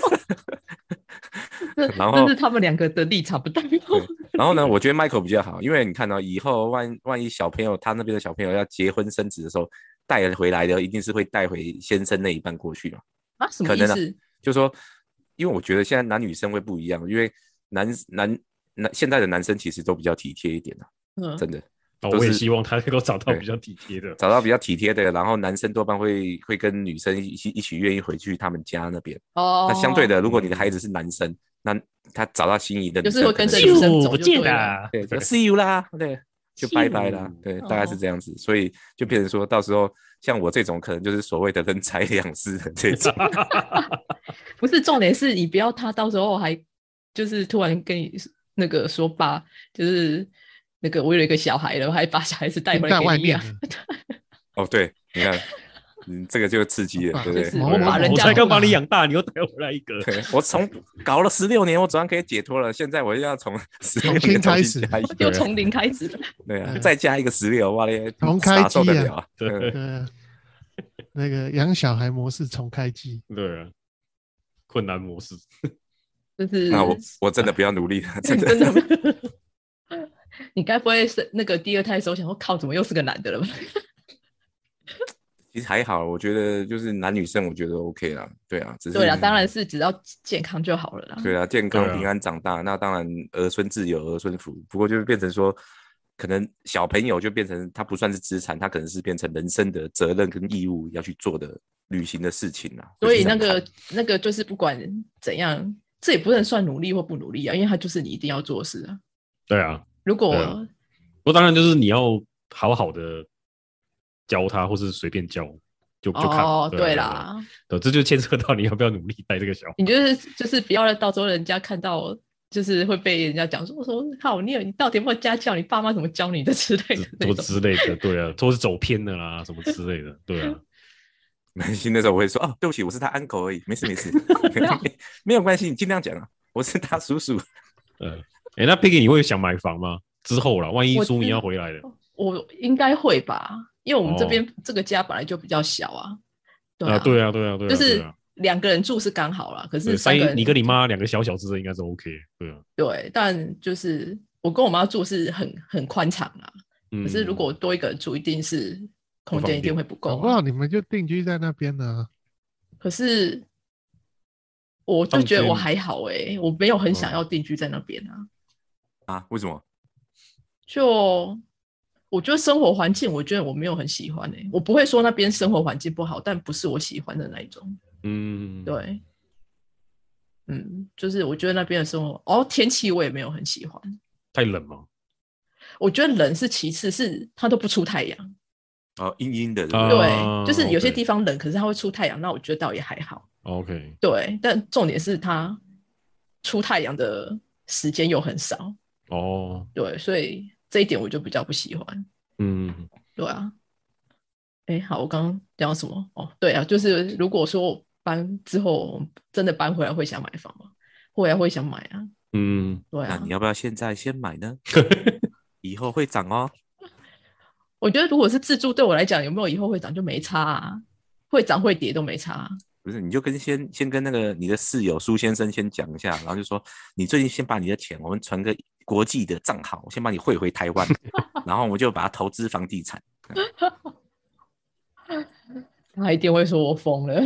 [SPEAKER 3] 然后
[SPEAKER 2] 这是他们两个的立场不代表。
[SPEAKER 3] 然后呢，我觉得 Michael 比较好，因为你看到、哦、以后万万一小朋友他那边的小朋友要结婚生子的时候，带回来的一定是会带回先生那一半过去嘛。
[SPEAKER 2] 啊，什么意思？可能啊，
[SPEAKER 3] 就是说，因为我觉得现在男女生会不一样，因为男男男现在的男生其实都比较体贴一点啊，嗯，真的。
[SPEAKER 1] 哦、我也希望他能够找到比较体贴的，
[SPEAKER 3] 找到比较体贴的，然后男生多半会会跟女生一起一起愿意回去他们家那边。哦，那相对的，如果你的孩子是男生，那他找到心仪的女生，
[SPEAKER 2] 就是会跟着女生走，
[SPEAKER 1] 不见了，
[SPEAKER 3] 对，就 see you 啦，对，就拜拜啦，对，大概是这样子，所以就变成说到时候像我这种，可能就是所谓的人财两失的这种。
[SPEAKER 2] 不是，重点是你不要他到时候还就是突然跟你那个说爸，就是那个我有一个小孩了，还把小孩子带回来给你养。
[SPEAKER 3] 哦，对，你看。嗯，这个就刺激了，对不对？
[SPEAKER 2] 我把人家
[SPEAKER 1] 我才刚把你养大，你又带回来一个。
[SPEAKER 3] 我从搞了十六年，我总算可以解脱了。现在我又要从十六
[SPEAKER 4] 年开始，
[SPEAKER 2] 又从零开始了。
[SPEAKER 3] 对啊，再加一个十六，哇嘞，
[SPEAKER 4] 重开机
[SPEAKER 3] 啊！
[SPEAKER 4] 对对，那个养小孩模式重开机，
[SPEAKER 1] 对啊，困难模式。
[SPEAKER 2] 就是
[SPEAKER 3] 那我我真的不要努力了，真的。
[SPEAKER 2] 真的你该不会是那个第二胎的时候想说靠，怎么又是个男的了吧？
[SPEAKER 3] 其实还好，我觉得就是男女生，我觉得 OK 啦。对啊，只是
[SPEAKER 2] 对啊，当然是只要健康就好了啦。
[SPEAKER 3] 对啊，健康平安长大，那当然儿孙自有儿孙福。不过就变成说，可能小朋友就变成他不算是资产，他可能是变成人生的责任跟义务要去做的履行的事情啦。
[SPEAKER 2] 所以那个那个就是不管怎样，这也不能算努力或不努力啊，因为他就是你一定要做的事啊。
[SPEAKER 1] 对啊，
[SPEAKER 2] 如果
[SPEAKER 1] 不过当然就是你要好好的教他，或是随便教，就就看。
[SPEAKER 2] 哦，
[SPEAKER 1] 对,
[SPEAKER 2] 对啦，
[SPEAKER 1] 对，这就牵涉到你要不要努力带这个小孩。
[SPEAKER 2] 你就是就是不要到时候人家看到，就是会被人家讲说说靠你，你到底有没有家教？你爸妈怎么教你的之类的，
[SPEAKER 1] 多之类的，对啊，都是走偏的啦，什么之类的，对啊。
[SPEAKER 3] 没关系，那时候我会说哦，对不起，我是他 uncle 而已，没事没事，没, 没有关系，你尽量讲啊，我是他叔叔。
[SPEAKER 1] 呃，哎，那 Peggy 你会想买房吗？之后啦，万一苏明要回来了，
[SPEAKER 2] 我应该会吧，因为我们这边这个家本来就比较小啊。
[SPEAKER 1] 对啊，对啊，对啊，对啊，
[SPEAKER 2] 就是两个人住是刚好啦，可是三个人
[SPEAKER 1] 你跟你妈两个小小只的应该是 OK， 对啊。
[SPEAKER 2] 对，但就是我跟我妈住是很很宽敞啊，可是如果多一个人住，一定是空间一定会不够。
[SPEAKER 4] 搞不好你们就定居在那边呢。
[SPEAKER 2] 可是我就觉得我还好哎、欸，我没有很想要定居在那边啊。
[SPEAKER 3] 啊？为什么？
[SPEAKER 2] 就我觉得生活环境，我觉得我没有很喜欢哎、欸，我不会说那边生活环境不好，但不是我喜欢的那一种。
[SPEAKER 1] 嗯，
[SPEAKER 2] 对，嗯，就是我觉得那边的生活，哦，天气我也没有很喜欢。
[SPEAKER 1] 太冷吗？
[SPEAKER 2] 我觉得冷是其次，是它都不出太阳。
[SPEAKER 3] 哦，阴阴的，
[SPEAKER 2] 对，对，就是有些地方冷，可是它会出太阳，那我觉得倒也还好。
[SPEAKER 1] OK，
[SPEAKER 2] 对，但重点是它出太阳的时间又很少。
[SPEAKER 1] 哦，
[SPEAKER 2] 对，所以这一点我就比较不喜欢。
[SPEAKER 1] 嗯，
[SPEAKER 2] 对啊。 哎，好，我刚刚讲什么？哦，对啊，就是如果说我搬之后真的搬回来，会想买房吗？后来会想买啊。
[SPEAKER 1] 嗯，
[SPEAKER 2] 对啊，
[SPEAKER 3] 那你要不要现在先买呢？以后会涨哦。
[SPEAKER 2] 我觉得如果是自住，对我来讲，有没有以后会涨就没差啊，会涨会跌都没差啊。
[SPEAKER 3] 不是，你就跟先先跟那个你的室友苏先生先讲一下，然后就说你最近先把你的钱，我们传个国际的账号，我先把你汇回台湾，然后我们就把它投资房地产。
[SPEAKER 2] 他一定会说我疯了。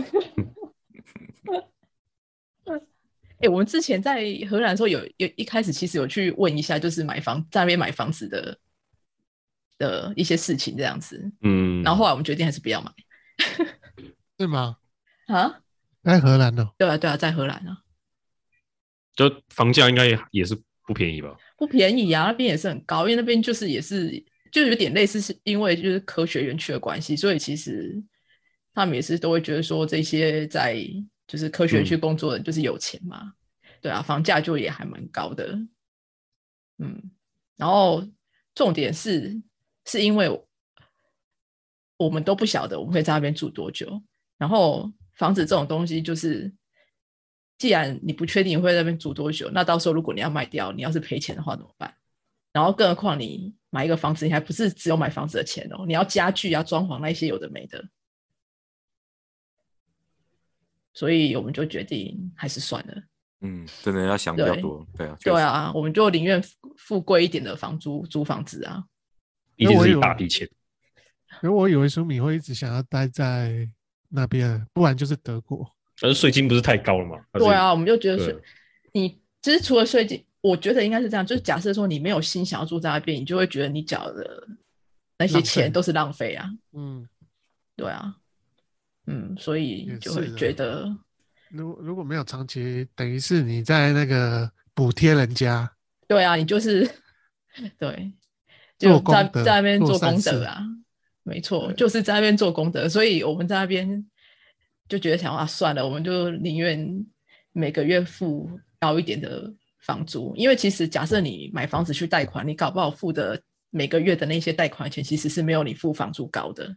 [SPEAKER 2] 欸，我们之前在荷兰的时候有，有一开始其实有去问一下，就是买房在那边买房子的的一些事情这样子，嗯，然后后来我们决定还是不要买。
[SPEAKER 4] 是吗？
[SPEAKER 2] 啊？
[SPEAKER 4] 在荷兰哦？
[SPEAKER 2] 对啊，对啊，在荷兰啊。
[SPEAKER 1] 就房价应该也是不便宜吧？
[SPEAKER 2] 不便宜啊，那边也是很高，因为那边就是也是就有点类似，是因为就是科学园区的关系，所以其实他们也是都会觉得说这些在就是科学园区工作的人就是有钱嘛，嗯、对啊，房价就也还蛮高的，嗯，然后重点是是因为我们都不晓得我们会在那边住多久，然后房子这种东西就是既然你不确定会在那边住多久，那到时候如果你要卖掉，你要是赔钱的话怎么办？然后更何况你买一个房子，你还不是只有买房子的钱哦，你要家具啊、装潢那一些有的没的，所以我们就决定还是算了。
[SPEAKER 3] 嗯，真的要想比较多，对啊，
[SPEAKER 2] 对啊，我们就宁愿付贵一点的房租租房子啊，
[SPEAKER 1] 毕竟是一大笔钱。
[SPEAKER 4] 因为我以为舒米会一直想要待在那边，不然就是德国。
[SPEAKER 1] 但是税金不是太高了吗？
[SPEAKER 2] 对啊，我们就觉得税，你其实除了税金，我觉得应该是这样，就是假设说你没有心想要住在那边，你就会觉得你缴的那些钱都是浪费啊。嗯，对啊，嗯，所以就会觉得，
[SPEAKER 4] 如如果没有长期，等于是你在那个补贴人家。
[SPEAKER 2] 对啊，你就是对，就在在那边做功德啊，没错，就是在那边做功德，所以我们在那边就觉得想啊，算了，我们就宁愿每个月付高一点的房租，因为其实假设你买房子去贷款，你搞不好付的每个月的那些贷款钱其实是没有你付房租高的，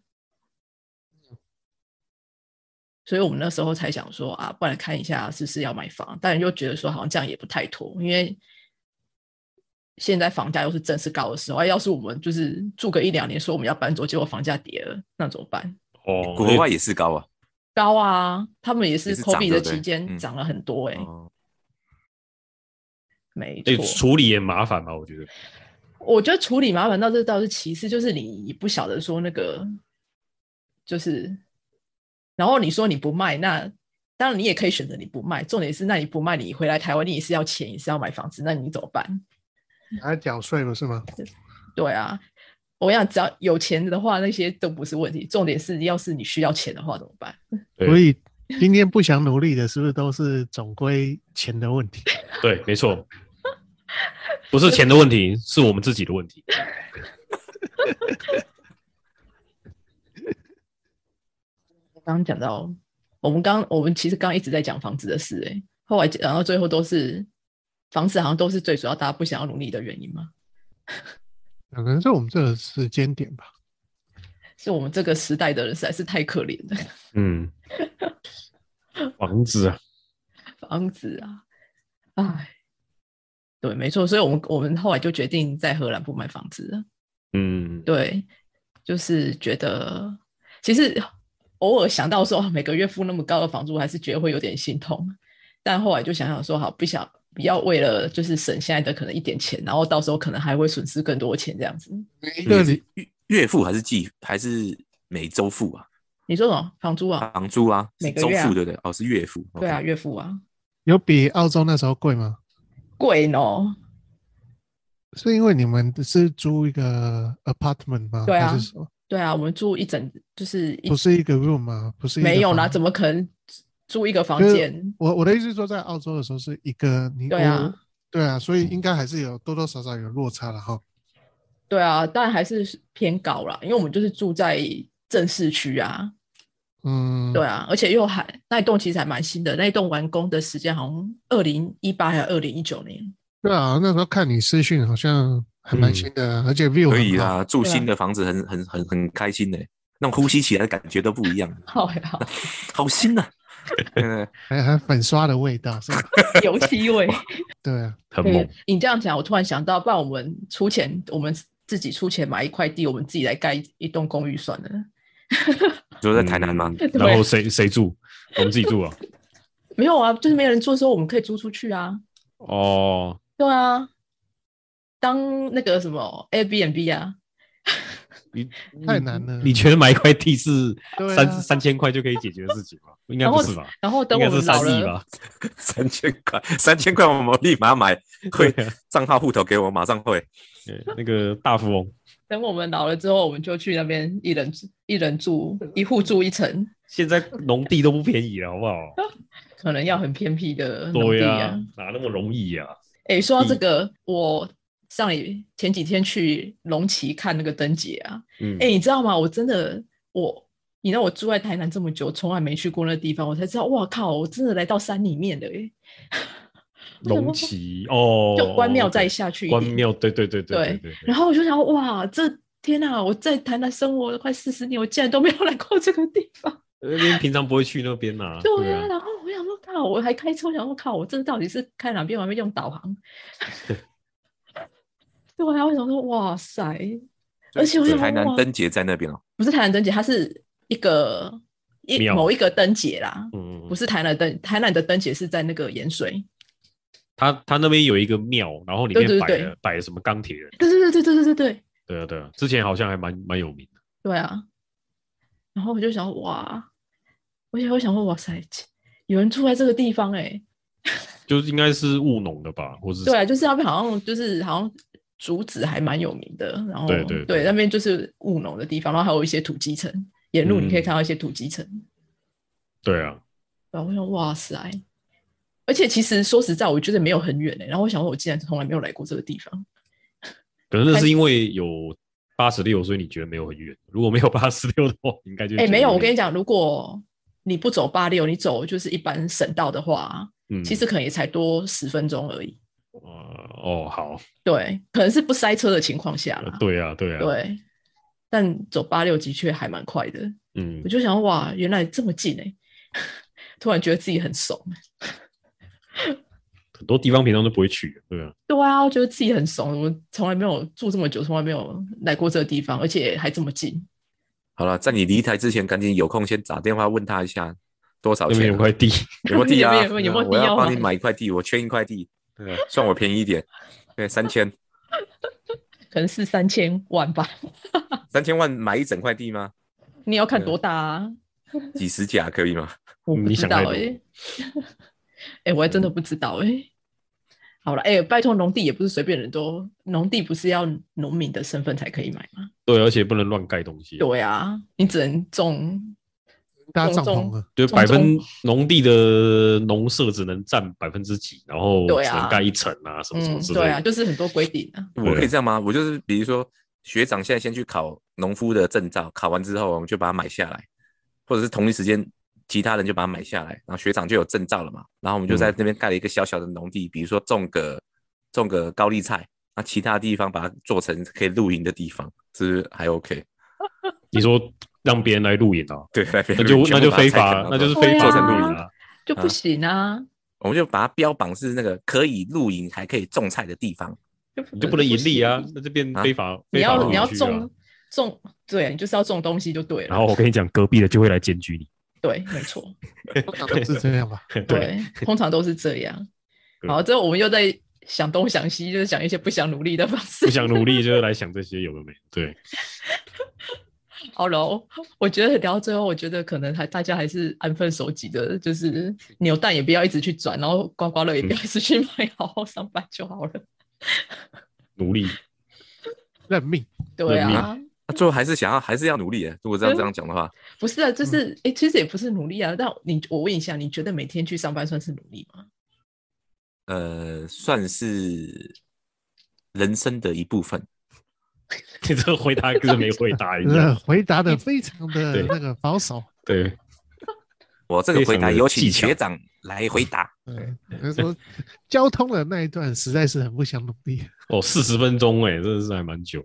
[SPEAKER 2] 所以我们那时候才想说啊，不然看一下是不是要买房，但又觉得说好像这样也不太妥，因为现在房价又是正是高的时候，要是我们就是住个一两年，说我们要搬走，结果房价跌了，那怎么办？
[SPEAKER 3] 哦，国外也是高啊，
[SPEAKER 2] 高啊，他们也是 COVID 的期间涨了很多哎、欸嗯，没错，
[SPEAKER 1] 处理也麻烦吧？我觉得，
[SPEAKER 2] 我觉得处理麻烦到这倒是其次，就是你不晓得说那个就是，然后你说你不卖，那当然你也可以选择你不卖，重点是那你不卖，你回来台湾你也是要钱，也是要买房子，那你怎么办？
[SPEAKER 4] 还要缴税不是吗？
[SPEAKER 2] 对啊，我想只要有钱的话，那些都不是问题。重点是，要是你需要钱的话怎么办？
[SPEAKER 4] 所以今天不想努力的，是不是都是总归钱的问题？
[SPEAKER 1] 对，没错，不是钱的问题，是我们自己的问题。
[SPEAKER 2] 刚刚讲到，我们刚我们其实刚刚一直在讲房子的事、欸，后来讲到最后都是。房子好像都是最主要大家不想要努力的原因吗？
[SPEAKER 4] 可能是我们这个时间点吧，
[SPEAKER 2] 是我们这个时代的人实在是太可怜了。嗯，
[SPEAKER 1] 房子啊，
[SPEAKER 2] 房子啊，哎，对，没错，所以我们我们后来就决定在荷兰不买房子了。嗯，对，就是觉得其实偶尔想到说每个月付那么高的房租，还是觉得会有点心痛。但后来就想想说，好，不想。不要为了就是省现在的可能一点钱，然后到时候可能还会损失更多的钱这样子。
[SPEAKER 3] 一个月付还是季还是每周付啊？
[SPEAKER 2] 你说什么？房租啊？
[SPEAKER 3] 房租啊，
[SPEAKER 2] 每个月啊，
[SPEAKER 3] 周付对不对？哦，是月付。
[SPEAKER 2] 对啊，月付啊。
[SPEAKER 4] 有比澳洲那时候贵吗？
[SPEAKER 2] 贵呢。
[SPEAKER 4] 是因为你们是租一个 apartment 吗？
[SPEAKER 2] 对啊，
[SPEAKER 4] 还是说
[SPEAKER 2] 对啊，我们住一整就是一
[SPEAKER 4] 不是一个 room 吗？不是一个
[SPEAKER 2] 没有啦，怎么可能？租一个房间，
[SPEAKER 4] 我我的意思是说，在澳洲的时候是一个你
[SPEAKER 2] 对啊，
[SPEAKER 4] 对啊，所以应该还是有多多少少有落差了哈。
[SPEAKER 2] 对啊，但还是偏高啦，因为我们就是住在正市区啊，嗯，对啊，而且又还那一栋其实还蛮新的，那一栋完工的时间好像二零一八还是二零一九年。
[SPEAKER 4] 对啊，那时候看你私讯好像还蛮新的，嗯、而且 view
[SPEAKER 3] 可以啦，住新的房子很很很很开心的、欸。 那种呼吸起来的感觉都不一样。
[SPEAKER 2] 好呀，
[SPEAKER 3] 好新啊！
[SPEAKER 4] 还还粉刷的味道是吧？
[SPEAKER 2] 油漆味。
[SPEAKER 4] 对啊，
[SPEAKER 1] 很猛。
[SPEAKER 2] 你这样讲，我突然想到，不然我们出钱，我们自己出钱买一块地，我们自己来盖一栋公寓算了。
[SPEAKER 3] 就在台南吗？
[SPEAKER 1] 嗯、然后谁谁住？我们自己住啊？
[SPEAKER 2] 没有啊，就是没有人住的时候，我们可以租出去啊。
[SPEAKER 1] 哦，
[SPEAKER 2] 对啊，当那个什么 Airbnb 啊。
[SPEAKER 1] 你
[SPEAKER 4] 太难了。
[SPEAKER 1] 你觉得买一块地是三、
[SPEAKER 4] 啊、
[SPEAKER 1] 三千块就可以解决的事情吗？应该不是吧？
[SPEAKER 2] 然后等我们老了，
[SPEAKER 3] 三千块，三千块我们立马买，会账号户头给我，马上会。
[SPEAKER 1] 那个大富翁。
[SPEAKER 2] 等我们老了之后，我们就去那边一人一人住一户住一层。
[SPEAKER 1] 现在农地都不便宜了，好不好？
[SPEAKER 2] 可能要很偏僻的农地啊，
[SPEAKER 1] 啊哪那么容易啊？
[SPEAKER 2] 哎、欸，说到这个，我上前几天去龙崎看那个灯节啊，哎、嗯欸，你知道吗？我真的我，你知道我住在台南这么久，从来没去过那地方，我才知道，哇靠，我真的来到山里面的哎。
[SPEAKER 1] 龙崎哦，
[SPEAKER 2] 就关庙再下去一点，
[SPEAKER 1] 关庙，对对对 对, 对, 对, 对, 对。
[SPEAKER 2] 然后我就想，哇，这天哪！我在台南生活了快四十年，我竟然都没有来过这个地方。
[SPEAKER 1] 那边平常不会去那边啊。
[SPEAKER 2] 对啊，
[SPEAKER 1] 对啊，
[SPEAKER 2] 然后我想说，靠，我还开车，我想说，靠，我这到底是开哪边？我还没用导航。对啊，我想说，哇塞！而且我想，
[SPEAKER 3] 台南灯节在那边哦，
[SPEAKER 2] 不是台南灯节，它是一个一某一个灯节啦，嗯，不是台南灯，台南的灯节是在那个盐水。
[SPEAKER 1] 他他那边有一个庙，然后里面摆了摆了什么钢铁人。
[SPEAKER 2] 对对对对对对对对。
[SPEAKER 1] 对啊对啊，之前好像还蛮蛮有名的。
[SPEAKER 2] 对啊，然后我就想，哇，而且我想说，哇塞，有人住在这个地方哎、欸，
[SPEAKER 1] 就是应该是务农的吧，或是
[SPEAKER 2] 对啊，就是那边好像就是好像竹子还蛮有名的，然后
[SPEAKER 1] 对对
[SPEAKER 2] 对, 对那边就是务农的地方，然后还有一些土基层，沿路你可以看到一些土基层、嗯。
[SPEAKER 1] 对啊，
[SPEAKER 2] 然后我想，哇塞，而且其实说实在，我觉得没有很远哎、欸，然后我想说，我竟然从来没有来过这个地方。
[SPEAKER 1] 可能那是因为有八十六，所以你觉得没有很远。如果没有八十六的话，应该就哎、
[SPEAKER 2] 欸、没有。我跟你讲，如果你不走八六，你走就是一般省道的话，嗯，其实可能也才多十分钟而已。
[SPEAKER 1] 呃哦，好，
[SPEAKER 2] 对，可能是不塞车的情况下啦。
[SPEAKER 1] 对啊，对啊，
[SPEAKER 2] 对。但走八六的确还蛮快的。
[SPEAKER 1] 嗯，
[SPEAKER 2] 我就想哇，原来这么近哎、欸，突然觉得自己很怂。
[SPEAKER 1] 很多地方平常都不会去，对啊。
[SPEAKER 2] 对啊，我觉得自己很怂，我从来没有住这么久，从来没有来过这个地方，而且还这么近。
[SPEAKER 3] 好了，在你离台之前，赶紧有空先打电话问他一下多少钱、啊。
[SPEAKER 1] 有块地，
[SPEAKER 3] 有没有地啊？
[SPEAKER 2] 有没有有没有地、啊？
[SPEAKER 3] 我要帮你买一块地，我缺一块地，对，算我便宜一点，对，三千，
[SPEAKER 2] 可能是三千万吧。
[SPEAKER 3] 三千万买一整块地吗？
[SPEAKER 2] 你要看多大啊？
[SPEAKER 3] 几十甲可以吗？
[SPEAKER 2] 我不知道哎、欸。哎、欸，我还真的不知道哎、欸。好了，哎、欸，拜托，农地也不是随便人都，农地不是要农民的身份才可以买吗？
[SPEAKER 1] 对，而且不能乱盖东西。
[SPEAKER 2] 对啊，你只能种
[SPEAKER 4] 搭帐篷了，
[SPEAKER 1] 就百分农地的农舍只能占百分之几，然后只能盖一层啊，什么什么之类的。
[SPEAKER 2] 对啊，就是很多规定啊。
[SPEAKER 3] 我可以这样吗？我就是比如说学长现在先去考农夫的证照，考完之后我们就把它买下来，或者是同一时间。其他人就把它买下来，然后学长就有证照了嘛，然后我们就在那边盖了一个小小的农地、嗯，比如说种个种个高丽菜，那其他地方把它做成可以露营的地方，是不是还 OK？
[SPEAKER 1] 你说让别人来露营啊？
[SPEAKER 3] 对，那
[SPEAKER 1] 就那就非法，那就是非法
[SPEAKER 2] 做
[SPEAKER 1] 成露营啊，
[SPEAKER 2] 就不行啊。
[SPEAKER 3] 我们就把它标榜是那个可以露营还可以种菜的地方，
[SPEAKER 1] 你就不能盈利啊，那就变非法。啊、
[SPEAKER 2] 你要、
[SPEAKER 1] 啊、
[SPEAKER 2] 你要种种，对，你就是要种东西就对了。
[SPEAKER 1] 然后我跟你讲，隔壁的就会来检举你。
[SPEAKER 2] 对，没错，
[SPEAKER 4] 是这样吧？
[SPEAKER 2] 对，通常都是这样。好，之后我们又在想东想西，就是想一些不想努力的方式。
[SPEAKER 1] 不想努力，就是来想这些有的没。对。
[SPEAKER 2] 好了，我觉得聊到最后，我觉得可能还大家还是安分守己的，就是扭蛋也不要一直去转，然后刮刮乐也不要一直去买，好好上班就好了。
[SPEAKER 1] 努力，
[SPEAKER 4] 认命。
[SPEAKER 2] 对啊。
[SPEAKER 3] 那、啊、最后还是想要，还是要努力的。如果这样这样讲的话，
[SPEAKER 2] 不是啊，就是哎、嗯欸，其实也不是努力啊。但你，我问一下，你觉得每天去上班算是努力吗？
[SPEAKER 3] 呃，算是人生的一部分。
[SPEAKER 1] 你这个回答跟没回答一样，
[SPEAKER 4] 回答的非常的那个保守。
[SPEAKER 1] 对，
[SPEAKER 3] 我这个回答有请学长来回答。
[SPEAKER 4] 对，他说交通的那一段实在是很不想努力。
[SPEAKER 1] 哦，四十分钟哎，真的是还蛮久。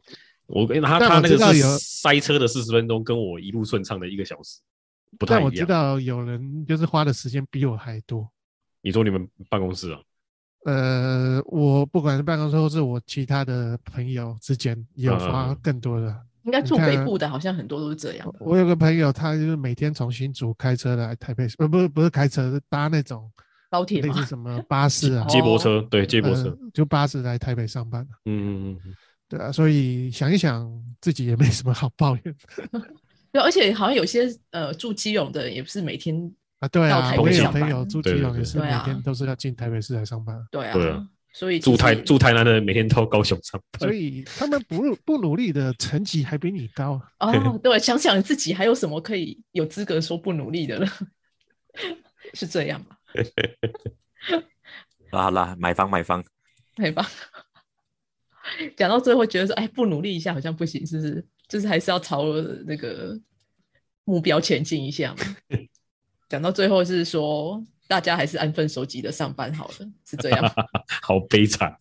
[SPEAKER 1] 我跟他他那个是塞车的四十分钟，跟我一路顺畅的一个小时不太一样。
[SPEAKER 4] 但我知道有人就是花的时间比我还多。
[SPEAKER 1] 你说你们办公室啊？
[SPEAKER 4] 呃，我不管是办公室或是我其他的朋友之间，也有花更多的。嗯、
[SPEAKER 2] 应该住北部的，好像很多都是这样的。
[SPEAKER 4] 我有个朋友，他就是每天从新竹开车来台北，呃，不是不是开车，是搭那种
[SPEAKER 2] 高铁
[SPEAKER 4] 类似什么巴士啊，
[SPEAKER 1] 接驳车，对，接驳车、
[SPEAKER 4] 呃，就巴士来台北上班。
[SPEAKER 1] 嗯嗯嗯，
[SPEAKER 4] 对啊，所以想一想，自己也没什么好抱怨。
[SPEAKER 2] 对，而且好像有些呃住基隆的也不是每天
[SPEAKER 4] 啊，对啊，
[SPEAKER 2] 我
[SPEAKER 4] 有朋友住基隆也是每天
[SPEAKER 2] 对
[SPEAKER 4] 都是要进台北市来上班。
[SPEAKER 2] 对啊，
[SPEAKER 1] 对啊，
[SPEAKER 2] 所以
[SPEAKER 1] 住台住台南的每天到高雄上班，
[SPEAKER 4] 所以他们不不努力的成绩还比你高。
[SPEAKER 2] 哦，对，想想自己还有什么可以有资格说不努力的了，是这样吧？
[SPEAKER 3] 好啦，买房买房，
[SPEAKER 2] 买房。讲到最后觉得说，哎，不努力一下好像不行，是不是？就是还是要朝那个目标前进一下嘛。讲到最后是说，大家还是安分守己的上班好了，是这样。
[SPEAKER 1] 好悲惨，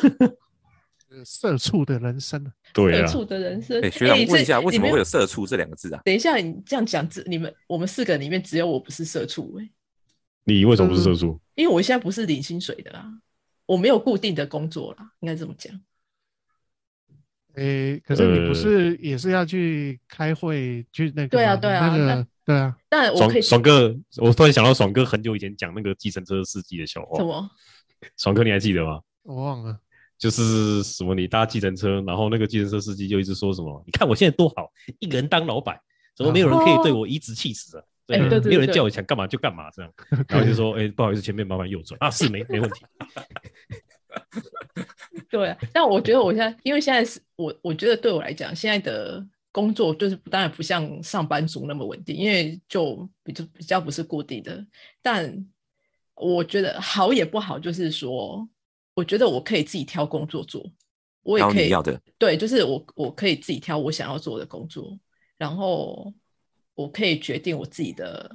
[SPEAKER 4] 社畜的人生。
[SPEAKER 1] 对啊，
[SPEAKER 2] 社畜的人生。
[SPEAKER 3] 哎、欸，学长问一下，为什么会有社畜这两个字啊？
[SPEAKER 2] 等一下，你这样讲，你们我们四个里面只有我不是社畜哎、欸。
[SPEAKER 1] 你为什么不是社畜？
[SPEAKER 2] 因为我现在不是领薪水的啦，我没有固定的工作啦，应该这么讲。
[SPEAKER 4] 诶、欸，可是你不是也是要去开会、呃、去那个？
[SPEAKER 2] 对啊，对啊，
[SPEAKER 4] 那个对啊。
[SPEAKER 2] 但我可以
[SPEAKER 1] 爽哥，我突然想到爽哥很久以前讲那个计程车司机的笑话。
[SPEAKER 2] 什么？
[SPEAKER 1] 爽哥你还记得吗？
[SPEAKER 4] 我忘了。
[SPEAKER 1] 就是什么你搭计程车，然后那个计程车司机就一直说什么，你看我现在多好，一个人当老板，怎么没有人可以对我颐指气使啊？哦对，
[SPEAKER 2] 欸、对对对，
[SPEAKER 1] 没有人叫我想干嘛就干嘛这样，然后就说，哎、欸，不好意思，前面麻烦右转啊，是没没问题。
[SPEAKER 2] 对、啊，但我觉得我现在，因为现在是我，我觉得对我来讲，现在的工作就是当然不像上班族那么稳定，因为就比较比较不是固定的。但我觉得好也不好，就是说，我觉得我可以自己挑工作做，我也可以
[SPEAKER 3] 你要的，
[SPEAKER 2] 对，就是我我可以自己挑我想要做的工作，然后我可以决定我自己的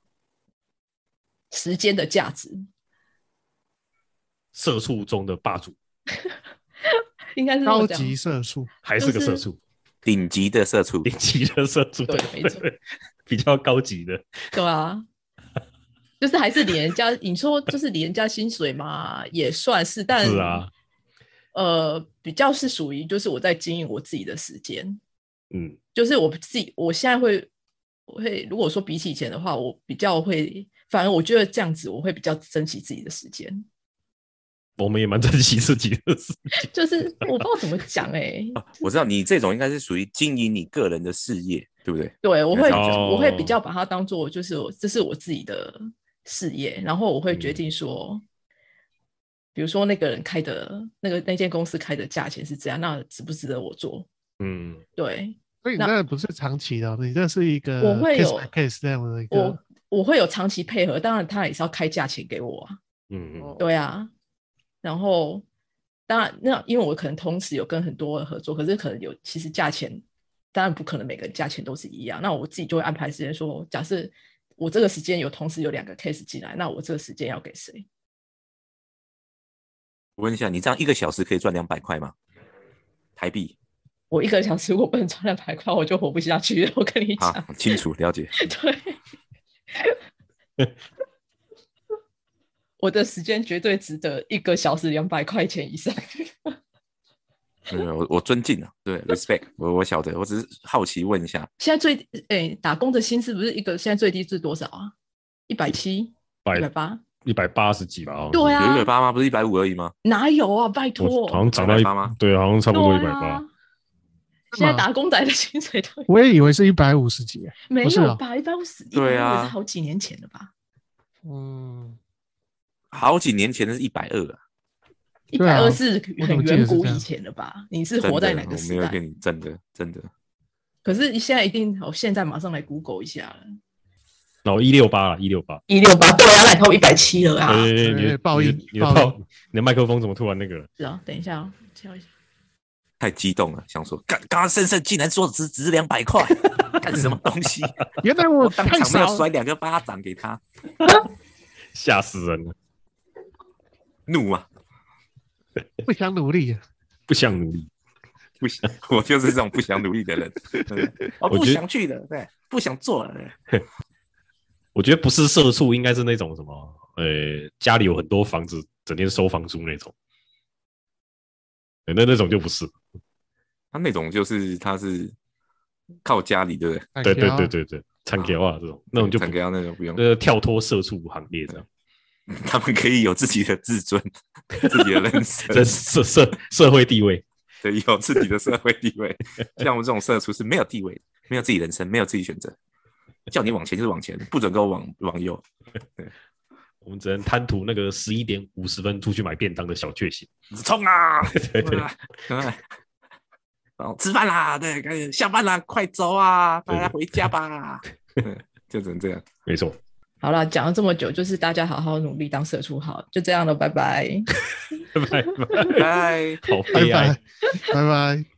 [SPEAKER 2] 时间的价值。
[SPEAKER 1] 社畜中的霸主，
[SPEAKER 2] 应该是
[SPEAKER 4] 高级社畜，
[SPEAKER 1] 还是个社畜，
[SPEAKER 3] 顶级的社畜，
[SPEAKER 1] 顶级的社畜，
[SPEAKER 2] 对，没错，
[SPEAKER 1] 比较高级的，
[SPEAKER 2] 对啊，就是还是领人家，你说就是领人家薪水嘛，也算是，但
[SPEAKER 1] 是啊，
[SPEAKER 2] 呃，比较是属于就是我在经营我自己的时间，
[SPEAKER 1] 嗯，
[SPEAKER 2] 就是我自己，我现在会会如果说比起以前的话，我比较会，反而我觉得这样子我会比较珍惜自己的时间。
[SPEAKER 1] 我们也蛮珍惜自己的事情，
[SPEAKER 2] 就是我不知道怎么讲哎、欸
[SPEAKER 3] 啊，我知道你这种应该是属于经营你个人的事业，对不对？
[SPEAKER 2] 对，我会、
[SPEAKER 1] 哦、
[SPEAKER 2] 我会比较把它当做就是这是我自己的事业，然后我会决定说，嗯、比如说那个人开的那个那间公司开的价钱是这样，那值不值得我做？
[SPEAKER 1] 嗯，
[SPEAKER 2] 对。
[SPEAKER 4] 所以你那不是长期的，你这是一个
[SPEAKER 2] 我会有
[SPEAKER 4] case by case 这样的一个，
[SPEAKER 2] 我我会有长期配合，当然他也是要开价钱给我啊。
[SPEAKER 1] 嗯嗯，
[SPEAKER 2] 对啊。然后，当然，那因为我可能同时有跟很多人合作，可是可能有其实价钱，当然不可能每个人价钱都是一样。那我自己就会安排时间说，假设我这个时间有同时有两个 case 进来，那我这个时间要给谁？
[SPEAKER 3] 我问一下，你这样一个小时可以赚两百块吗？台币？
[SPEAKER 2] 我一个小时如果不能赚两百块，我就活不下去了。我跟你讲，
[SPEAKER 3] 啊，清楚了解。
[SPEAKER 2] 对。我的时间绝对值得一个小时两百块钱以上。
[SPEAKER 3] 嗯，我我尊敬啊，对 ，respect， 我我晓得，我只是好奇问一下。
[SPEAKER 2] 现在最诶、欸、打工的薪是不是一个现在最低是多少啊？一百七、一百八、
[SPEAKER 1] 一百八十几吧？
[SPEAKER 2] 对啊，
[SPEAKER 3] 有一百八吗？不是一百五而已吗？
[SPEAKER 2] 哪有啊？拜托，
[SPEAKER 1] 好像涨到一百八吗？对，好像差不多一百八。
[SPEAKER 2] 现在打工仔的薪水都，
[SPEAKER 4] 我也以为是一百五十几，
[SPEAKER 2] 没有吧？一百五十，
[SPEAKER 3] 对啊，
[SPEAKER 2] 是好几年前了吧？
[SPEAKER 4] 嗯。
[SPEAKER 3] 好几年前的是一百二啊，
[SPEAKER 2] 一百二是很远古以前了吧？你是活在哪个时代？
[SPEAKER 3] 我没有跟你真的真的。
[SPEAKER 2] 可是现在一定，我现在马上来 Google 一下了。
[SPEAKER 1] 哦，一六八了，一六八，
[SPEAKER 2] 一六八，对啊，来到一百七了啊！
[SPEAKER 1] 对对对，你的
[SPEAKER 4] 报应，
[SPEAKER 1] 你的报，你的麦克风怎么突然那个了？
[SPEAKER 2] 是啊，等一下哦，敲一下。
[SPEAKER 3] 太激动了，想说，刚刚刚胜胜竟然说只值两百块，干什么东西？
[SPEAKER 4] 原来我
[SPEAKER 3] 当场没有甩两个巴掌给他，
[SPEAKER 1] 吓死人了。
[SPEAKER 3] 怒啊！
[SPEAKER 4] 不想努力，
[SPEAKER 1] 不想努力。
[SPEAKER 3] 不想，我就是这种不想努力的人，我不想去的，对，不想做了。
[SPEAKER 1] 我觉得不是社畜，应该是那种什么，呃，家里有很多房子，整天收房租那种。那那种就不是，
[SPEAKER 3] 他那种就是他是靠家里，对不对？
[SPEAKER 1] 对对对对对，参给啊这种，那种就
[SPEAKER 3] 参给啊那种不用，
[SPEAKER 1] 那跳脱社畜行列这样。
[SPEAKER 3] 他们可以有自己的自尊，自己的人生，
[SPEAKER 1] 社社社会地位，
[SPEAKER 3] 对，有自己的社会地位。像我们这种社畜是没有地位的，没有自己人生，没有自己选择，叫你往前就是往前，不准给我往往右。对，
[SPEAKER 1] 我们只能贪图那个十一点五十分出去买便当的小确幸。
[SPEAKER 3] 冲啊！对对对，吃饭啦，对，赶紧下班啦，快走啊，大家回家吧。就只能这样，
[SPEAKER 1] 没错。
[SPEAKER 2] 好了，讲了这么久，就是大家好好努力当社畜好，就这样了，拜拜，
[SPEAKER 1] 拜拜，
[SPEAKER 3] 拜，
[SPEAKER 1] 好悲哀，
[SPEAKER 4] 拜拜。